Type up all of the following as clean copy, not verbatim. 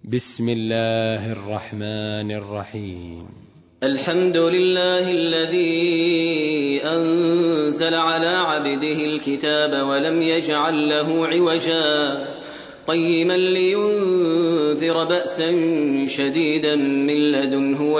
بسم الله الرحمن الرحيم. الحمد لله الذي أنزل على عبده الكتاب ولم يجعل له عوجا قيما لينذر بأسا شديدا من لدنه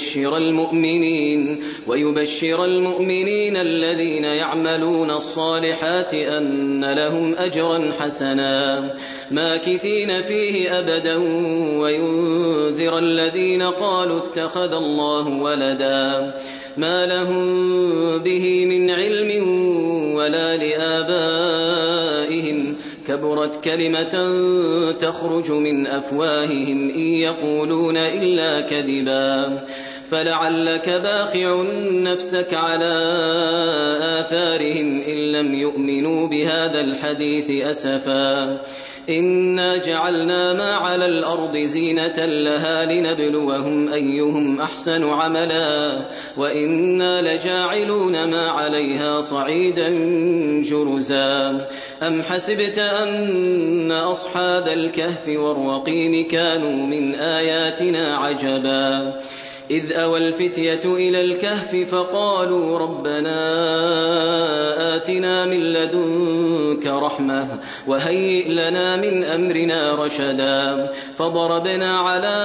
ويبشر المؤمنين الذين يعملون الصالحات أن لهم أجرا حسنا ماكثين فيه أبدا وينذر الذين قالوا اتخذ الله ولدا ما لهم به من علم ولا لآبائهم كبرت كلمة تخرج من أفواههم إن يقولون إلا كذبا فلعلك باخع نفسك على آثارهم إن لم يؤمنوا بهذا الحديث أسفا إنا جعلنا ما على الأرض زينة لها لنبلوهم أيهم أحسن عملا وإنا لجاعلون ما عليها صعيدا جرزا أم حسبت أن أصحاب الكهف والرقيم كانوا من آياتنا عجبا إذ أوى الفتية إلى الكهف فقالوا ربنا آتنا من لدنك رحمة وهيئ لنا من أمرنا رشدا فضربنا على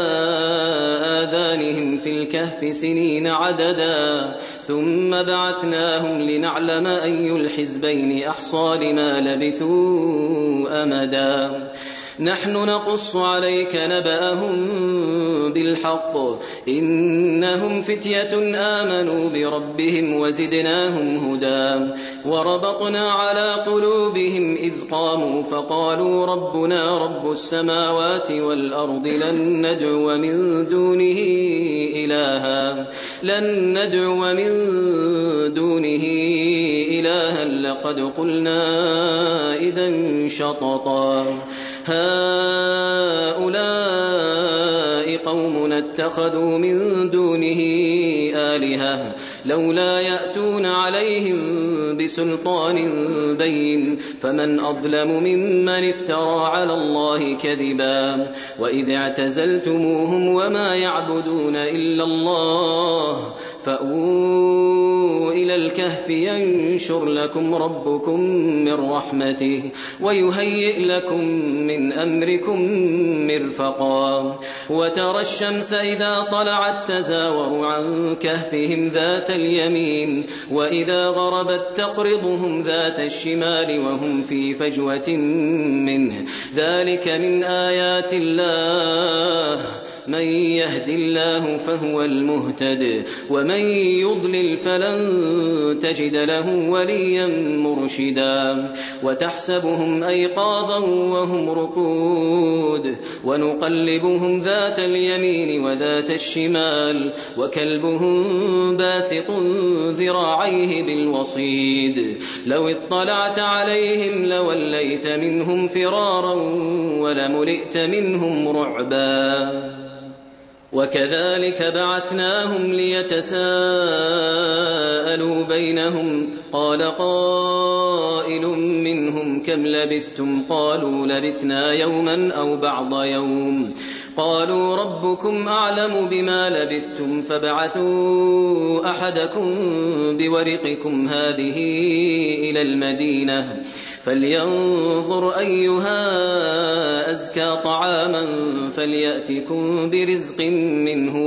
آذانهم في الكهف سنين عددا ثم بعثناهم لنعلم أي الحزبين أحصى لما لبثوا أمدا نحن نقص عليك نبأهم بالحق إنهم فتية آمنوا بربهم وزدناهم هدى وربطنا على قلوبهم إذ قاموا فقالوا ربنا رب السماوات والأرض لن ندعو من دونه إلها لقد قلنا إذا شططا هؤلاء قومنا اتخذوا من دونه آلهة لولا يأتون عليهم بسلطان بين فمن أظلم ممن افترى على الله كذبا وإذ اعتزلتموهم وما يعبدون إلا الله فأووا إلى الكهف ينشر لكم ربكم من رحمته ويهيئ لكم من أمركم مرفقا وترى الشمس إذا طلعت تزاور عن كهفهم ذات اليمين وإذا غربت تقرضهم ذات الشمال وهم في فجوة منه ذلك من آيات الله من يهد الله فهو المهتد ومن يضلل فلن تجد له وليا مرشدا وتحسبهم أيقاظا وهم رقود ونقلبهم ذات اليمين وذات الشمال وكلبهم باسط ذراعيه بالوصيد لو اطلعت عليهم لوليت منهم فرارا ولملئت منهم رعبا وكذلك بعثناهم ليتساءلوا بينهم قال قائل منهم كم لبثتم قالوا لبثنا يوما أو بعض يوم قالوا ربكم أعلم بما لبثتم فابعثوا أحدكم بورقكم هذه إلى المدينة فلينظر أيها أزكى طعاما فليأتكم برزق منه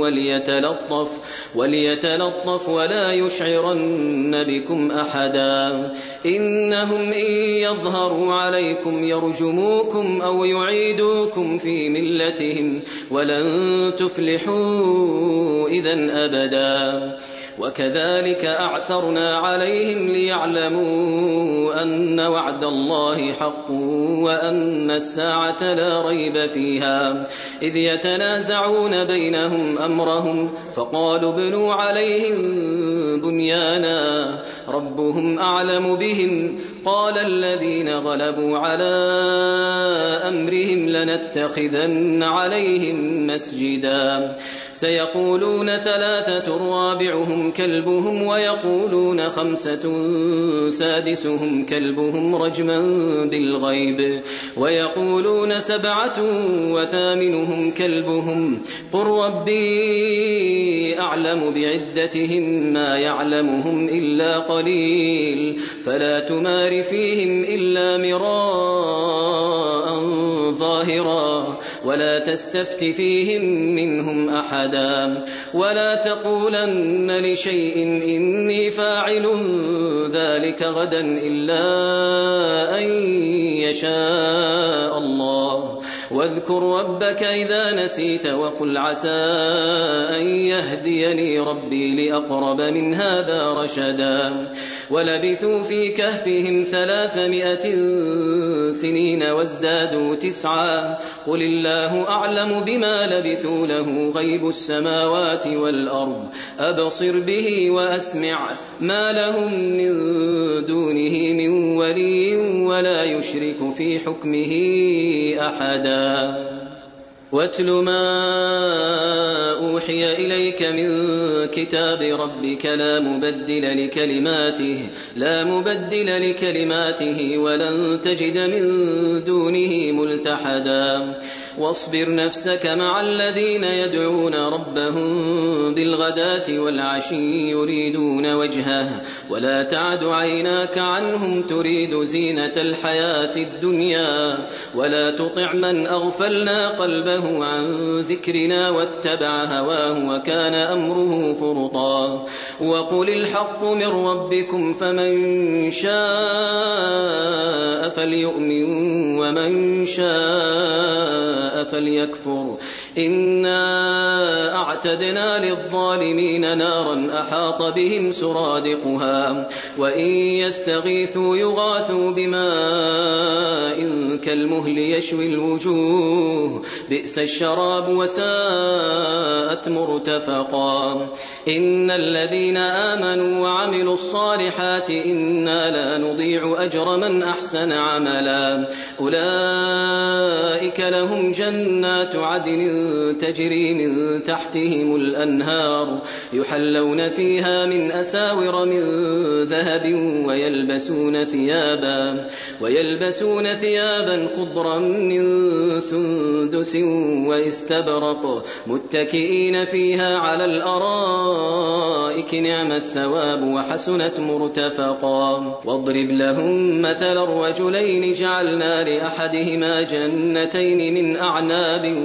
وليتلطف ولا يشعرن بكم أحدا إنهم إن يظهروا عليكم يرجموكم أو يعيدوكم في ملتهم ولن تفلحوا إذن أبدا وكذلك أعثرنا عليهم ليعلموا أن وعد الله حق وأن الساعة لا ريب فيها إذ يتنازعون بينهم أمرهم فقالوا ابنوا عليهم بنيانا ربهم أعلم بهم قال الذين غلبوا على أمرهم لنتخذن عليهم مسجدا سيقولون ثلاثة رابعهم رابعهم كلبهم ويقولون 5 سادسهم كلبهم رجما بالغيب ويقولون 7 وثامنهم كلبهم قل ربي أعلم بعدتهم ما يعلمهم إلا قليل فلا تمار فيهم إلا مراء ظاهرا ولا تستفت فيهم منهم أحدا ولا تقولن لشيء إني فاعل ذلك غدا إلا أن يشاء الله واذكر ربك إذا نسيت وقل عسى أن يهديني ربي لأقرب من هذا رشدا ولبثوا في كهفهم 300 سنين وازدادوا 9 قل الله أعلم بما لبثوا له غيب السماوات والأرض أبصر به وأسمع ما لهم من دونه من ولي ولا يشرك في حكمه أحدا واتل ما أوحي إليك من كتاب ربك لا مبدل لكلماته ولن تجد من دونه ملتحدا واصبر نفسك مع الذين يدعون ربهم بالغداة والعشي يريدون وجهه ولا تعد عيناك عنهم تريد زينة الحياة الدنيا ولا تطع من أغفلنا قلبه عن ذكرنا واتبع هواه وكان أمره فرطا وقل الحق من ربكم فمن شاء فليؤمن ومن شاء فليكفر إنا أعتدنا للظالمين نارا أحاط بهم سرادقها وإن يستغيثوا يغاثوا بماء كالمهل يشوي الوجوه بئس الشراب وساءت مرتفقا إن الذين آمنوا وعملوا الصالحات إنا لا نضيع أجر من أحسن عملا أولئك لهم جنات عدن تجري من تحتهم الأنهار يحلون فيها من أساور من ذهب ويلبسون ثيابا خضرا من سندس واستبرق متكئين فيها على الأرائك نعم الثواب وحسنت مرتفقا واضرب لهم مثل الرجلين جعلنا لأحدهما جنتين من أعناب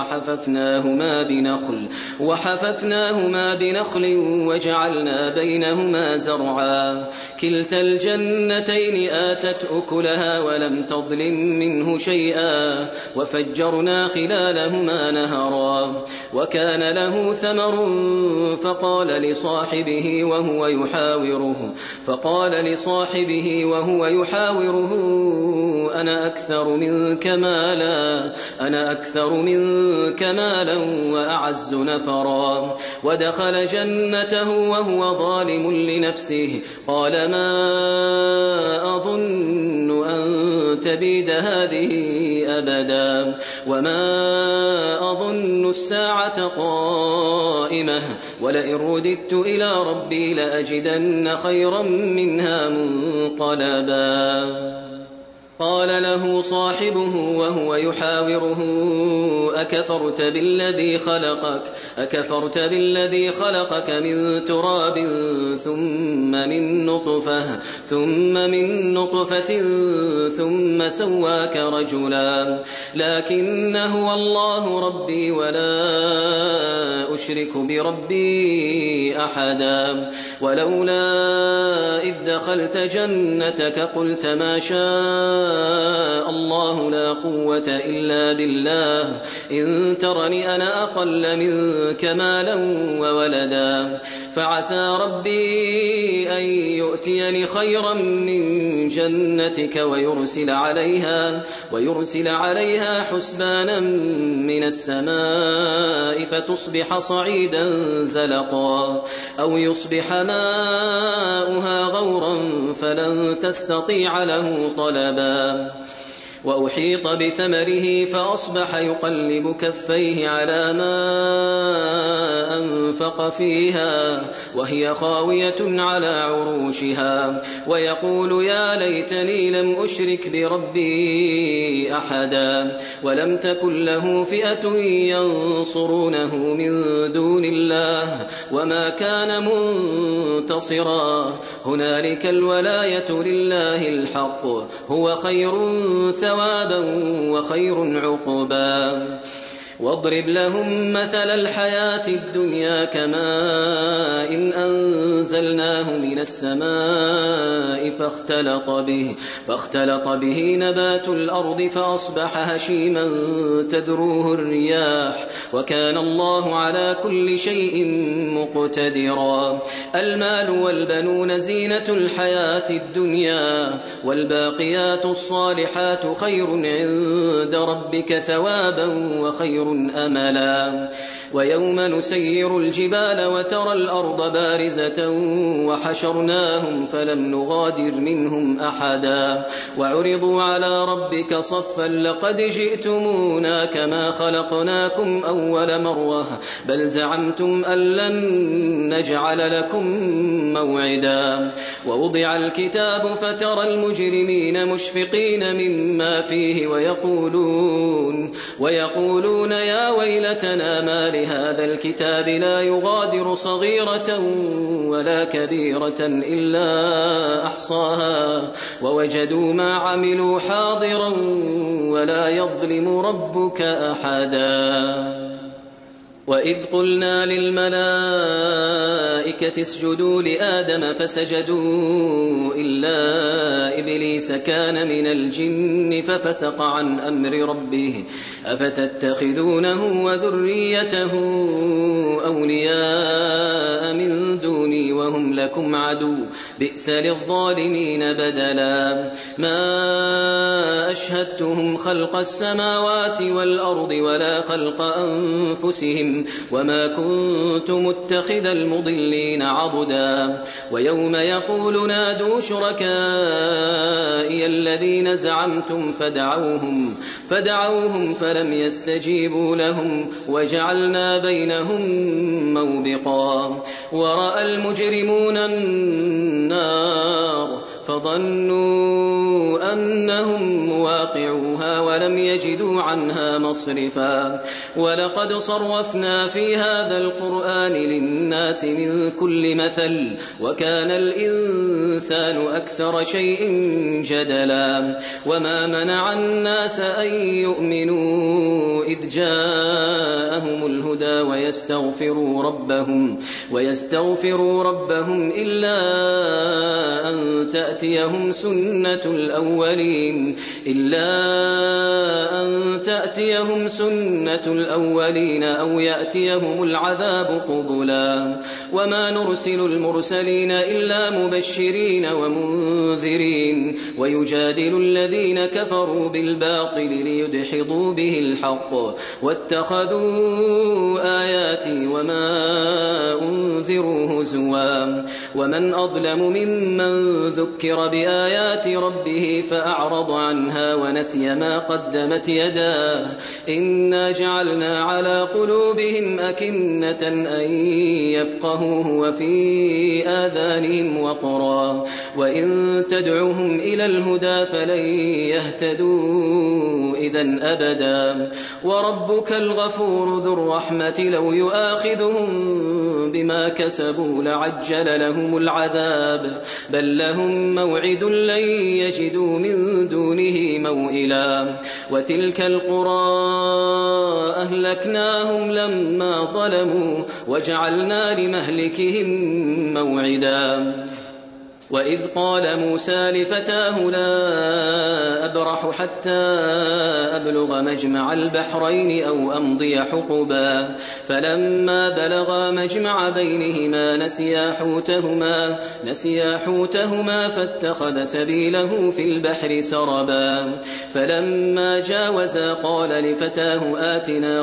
وحففناهما بنخل وجعلنا بينهما زرعا كلتا الجنتين آتت أكلها ولم تظلم منه شيئا وفجرنا خلالهما نهرا وكان له ثمر فقال لصاحبه وهو يحاوره أنا أكثر منك مالا وأعز نفرا ودخل جنته وهو ظالم لنفسه قال ما أظن أن تبيد هذه أبدا وما أظن الساعة قائمة ولئن رددت إلى ربي لأجدن خيرا منها منقلبا قال له صاحبه وهو يحاوره أكفرت بالذي خلقك من تراب ثم من نطفة ثم سواك رجلا لكن هو الله ربي ولا أشرك بربي أحدا ولولا إذ دخلت جنتك قلت ما شاء الله لا قوة إلا بالله إن ترني أنا أقل منك مالا وولدا فعسى ربي أن يؤتيني خيرا من جنتك ويرسل عليها حسبانا من السماء فتصبح صعيدا زلقا أو يصبح ماؤها غورا فلن تستطيع له طلبا وأحيط بثمره فأصبح يقلب كفيه على ما أنفق فيها وهي خاوية على عروشها ويقول يا ليتني لم أشرك بربي أحدا ولم تكن له فئة ينصرونه من دون الله وما كان منتصرا هنالك الولاية لله الحق هو خير ثوابا وخير عقبا واضرب لهم مثل الحياة الدنيا كماء إن أنزلناه من السماء فاختلط به نبات الأرض فأصبح هشيما تذروه الرياح وكان الله على كل شيء مقتدرا المال والبنون زينة الحياة الدنيا والباقيات الصالحات خير عند ربك ثوابا وخير أملا ويوم نسير الجبال وترى الأرض بارزة وحشرناهم فلم نغادر منهم أحدا وعرضوا على ربك صفا لقد جئتمونا كما خلقناكم أول مرة بل زعمتم أن لن نجعل لكم موعدا ووضع الكتاب فترى المجرمين مشفقين مما فيه ويقولون يا ويلتنا ما لهذا الكتاب لا يغادر صغيرة ولا كبيرة إلا أحصاها ووجدوا ما عملوا حاضرا ولا يظلم ربك أحدا وإذ قلنا للملائكة اسجدوا لآدم فسجدوا إلا إبليس كان من الجن ففسق عن أمر ربه أفتتخذونه وذريته أولياء من دوني وهم لكم عدو بئس للظالمين بدلا ما أشهدتهم خلق السماوات والأرض ولا خلق أنفسهم وما كنت متخذ المضلين عضدا ويوم يقول نادوا شركائي الذين زعمتم فدعوهم فلم يستجيبوا لهم وجعلنا بينهم موبقا ورأى المجرمون النار فظنوا أنهم مواقعوها ولم يجدوا عنها مصرفا ولقد صرفنا في هذا القرآن للناس من كل مثل وكان الإنسان أكثر شيء جدلا وما منع الناس أن يؤمنوا إذ جاءهم الهدى ويستغفروا ربهم إلا أن تأتيهم سنة الأولين أو يأتيهم العذاب قبلا وما نرسل المرسلين إلا مبشرين ومنذرين ويجادل الذين كفروا بالباطل ليدحضوا به الحق واتخذوا آياتي وما أنذروا هزوا ومن أظلم ممن ذكر بآيات ربه فأعرض عنها ونسي ما قدمت يداه إنا جعلنا على قلوبهم أكنة أن يفقهوه وفي آذانهم وقرا وإن تدعوهم إلى الهدى فلن يهتدوا إذن أبدا وربك الغفور ذو الرحمة لو يؤاخذهم بما كسبوا لعجل لهم العذاب بل لهم موعد لن يجدوا من دونه موئلا وتلك القرى أهلكناهم لما ظلموا وجعلنا لمهلكهم موعدا وإذ قال موسى لفتاه لا أبرح حتى أبلغ مجمع البحرين أو أمضي حقبا فلما بلغا مجمع بينهما نسيا حوتهما فاتخذ سبيله في البحر سربا فلما جاوزا قال لفتاه آتنا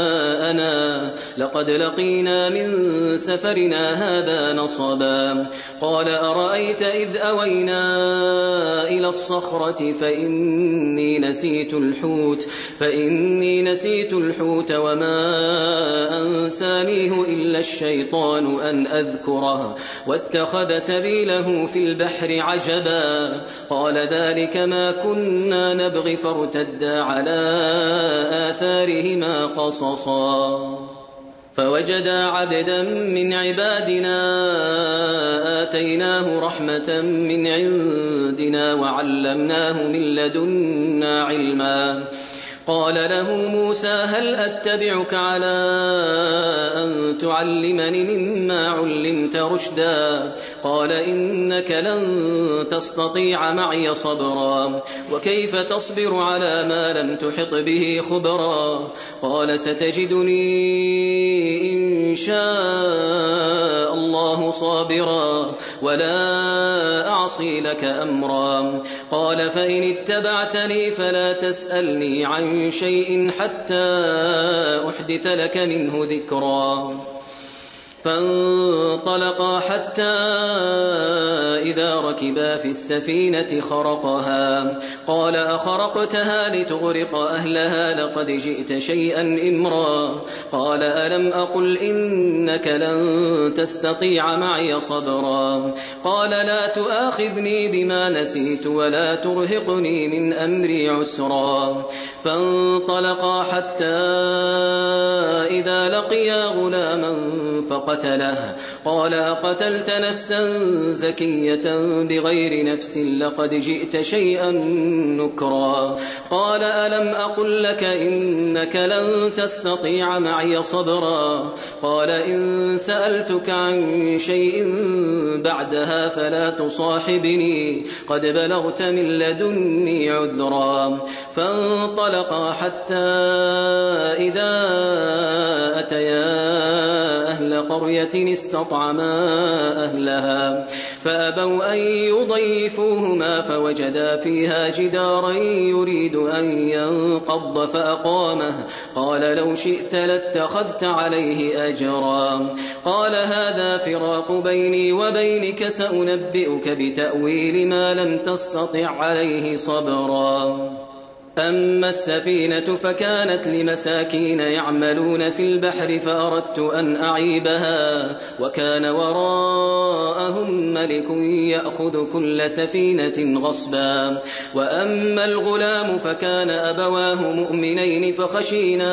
غداءنا لقد لقينا من سفرنا هذا نصبا قال أرأيت إذ أوينا إلى الصخرة فإني نسيت الحوت وما أنسانيه إلا الشيطان أن أذكره واتخذ سبيله في البحر عجبا قال ذلك ما كنا نبغي فارتدا على آثارهما قصصا فوجدا عبدا من عبادنا آتيناه رحمة من عندنا وعلمناه من لدنا علما قال له موسى هل أتبعك على أن تعلمني مما علمت رشدا قال إنك لن تستطيع معي صبرا وكيف تصبر على ما لم تحط به خبرا قال ستجدني إن شاء الله صابرا ولا أعصي لك أمرا قال فإن اتبعتني فلا تسألني عن شيء حتى أحدث لك منه ذكرا فانطلقا حتى إذا ركبا في السفينة خرقها قال أخرقتها لتغرق أهلها لقد جئت شيئا إمرا قال ألم أقل إنك لن تستطيع معي صبرا قال لا تؤاخذني بما نسيت ولا ترهقني من أمري عسرا فانطلقا حتى إذا لقيا غلاما فقتله قال أقتلت نفسا زكية بغير نفس لقد جئت شيئا نكرا قال ألم أقل لك إنك لن تستطيع معي صبرا قال إن سألتك عن شيء بعدها فلا تصاحبني قد بلغت من لدني عذرا فانطلقا حتى إذا أتيا أهل قرية استطعما أهلها فأبوا أن يضيفوهما فوجدا فيها جدارا يريد أن ينقض فأقامه قال لو شئت لاتخذت عليه أجرا قال هذا فراق بيني وبينك سأنبئك بتأويل ما لم تستطع عليه صبرا أما السفينة فكانت لمساكين يعملون في البحر فأردت أن أعيبها وكان وراءهم ملك يأخذ كل سفينة غصبا وأما الغلام فكان أبواه مؤمنين فخشينا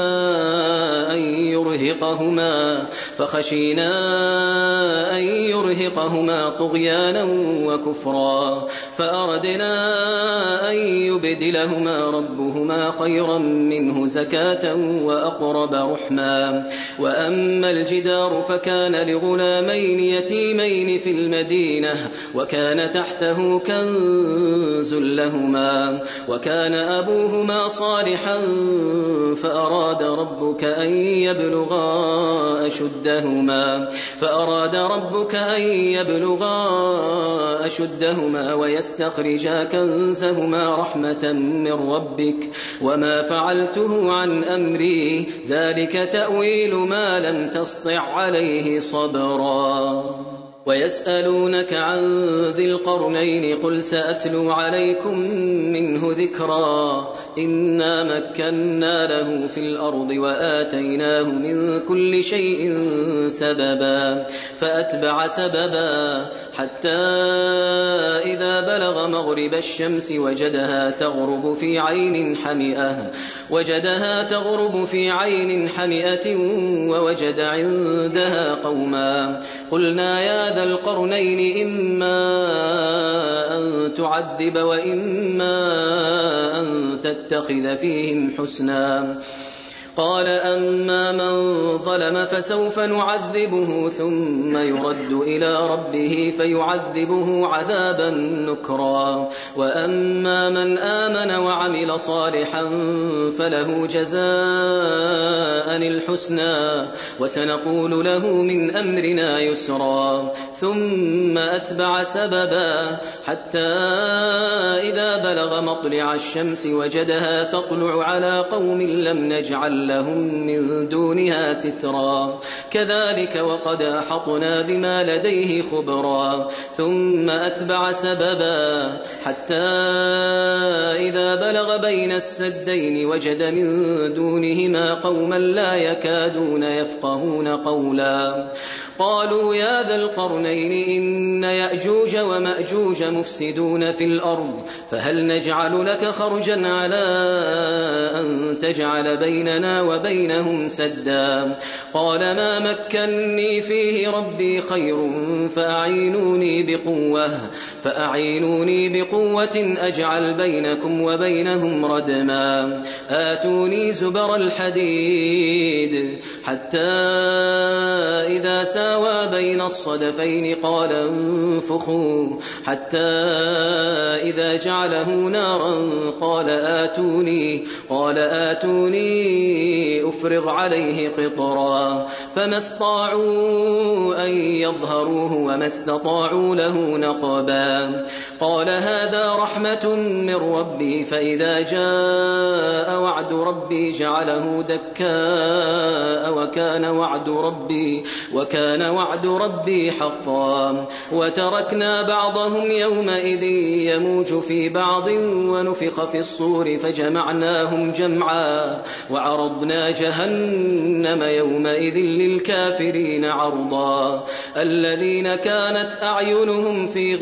أن يرهقهما طغيانا وكفرا فأردنا أن يبدلهما ربهما خيرا منه زكاة وأقرب رحما وأما الجدار فكان لغلامين يتيمين في المدينة وكان تحته كنز لهما وكان أبوهما صالحا فأراد ربك أن يبلغا أشدهما ويستخرجا كنزهما رحمة من ربك وما فعلته عن أمري ذلك تأويل ما لم تسطع عليه صبرا ويسألونك عن ذي القرنين قل سأتلو عليكم منه ذكرا إنا مكنا له في الأرض وآتيناه من كل شيء سببا فأتبع سببا حتى إذا بلغ مغرب الشمس وجدها تغرب في عين حمئة ووجد عندها قوما قلنا يا ذا القرنين إما أن تعذب وإما أن تتخذ فيهم حسنا قال أما من ظلم فسوف نعذبه ثم يرد إلى ربه فيعذبه عذابا نكرا وأما من آمن وعمل صالحا فله جزاء الحسنى وسنقول له من أمرنا يسرا ثم أتبع سببا حتى إذا بلغ مطلع الشمس وجدها تطلع على قوم لم نجعل لهم من دونها سترا كذلك وقد أحطنا بما لديه خبرا ثم أتبع سببا حتى إذا بلغ بين السدين وجد من دونهما قوما لا يكادون يفقهون قولا قالوا يا ذا القرنين إن يأجوج ومأجوج مفسدون في الأرض فهل نجعل لك خرجا على أن تجعل بيننا وبينهم سدا قال ما مكني فيه ربي خير فأعينوني بقوة أجعل بينكم وبينهم ردما آتوني زبر الحديد حتى إذا ساوى بين الصدفين قال انفخوا حتى إذا جعله نارا قال آتوني أفرغ عليه قطرا فما استطاعوا أن يظهروه وما استطاعوا له نقبا قال هذا رحمة من ربي فإذا جاء وعد ربي جعله دكاء وكان وعد ربي حقا وتركنا بعضهم يومئذ يموج في بعض ونفخ في الصور فجمعناهم جمعا وعرضنا جهنم يومئذ للكافرين عرضا الذين كانت أعينهم في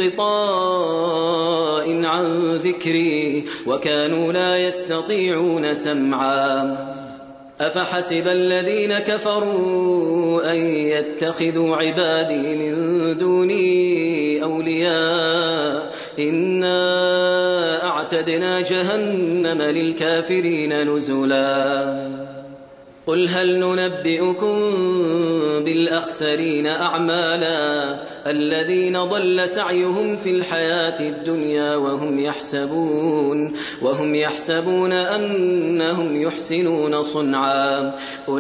غطاء عن ذكري وكانوا لا يستطيعون سمعا أفحسب الذين كفروا أن يتخذوا عبادي من دوني أولياء إنا أعتدنا جهنم للكافرين نزلا قل هل ننبئكم بالأخسرين أعمالا الذين ضل سعيهم في الحياة الدنيا وهم يحسبون أنهم يحسنون صنعا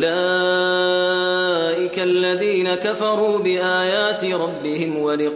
أولئك الذين كفروا بآيات ربهم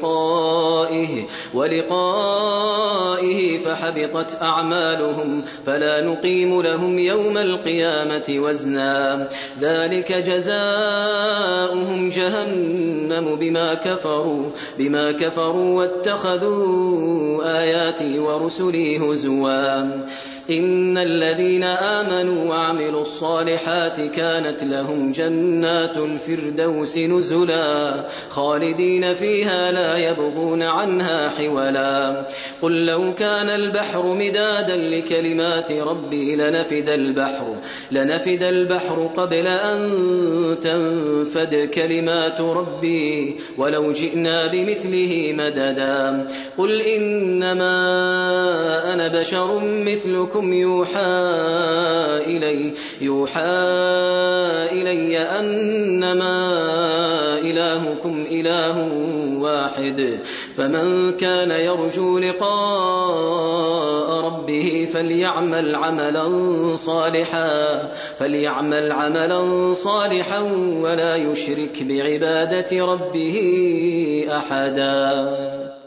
ولقائه فحبطت أعمالهم فلا نقيم لهم يوم القيامة وزنا ذلك جزاؤهم جهنم بما كفروا واتخذوا آياتي ورسلي هزوا إن الذين آمنوا وعملوا الصالحات كانت لهم جنات الفردوس نزلا خالدين فيها لا يبغون عنها حولا قل لو كان البحر مدادا لكلمات ربي لنفد البحر قبل أن تنفد كلمات ربي ولو جئنا بمثله مددا قل إنما أنا بشر مثلكم يوحى إلي أنما إلهكم إله واحد فمن كان يرجو لقاء ربه فليعمل عملا صالحا ولا يشرك بعبادة ربه أحدا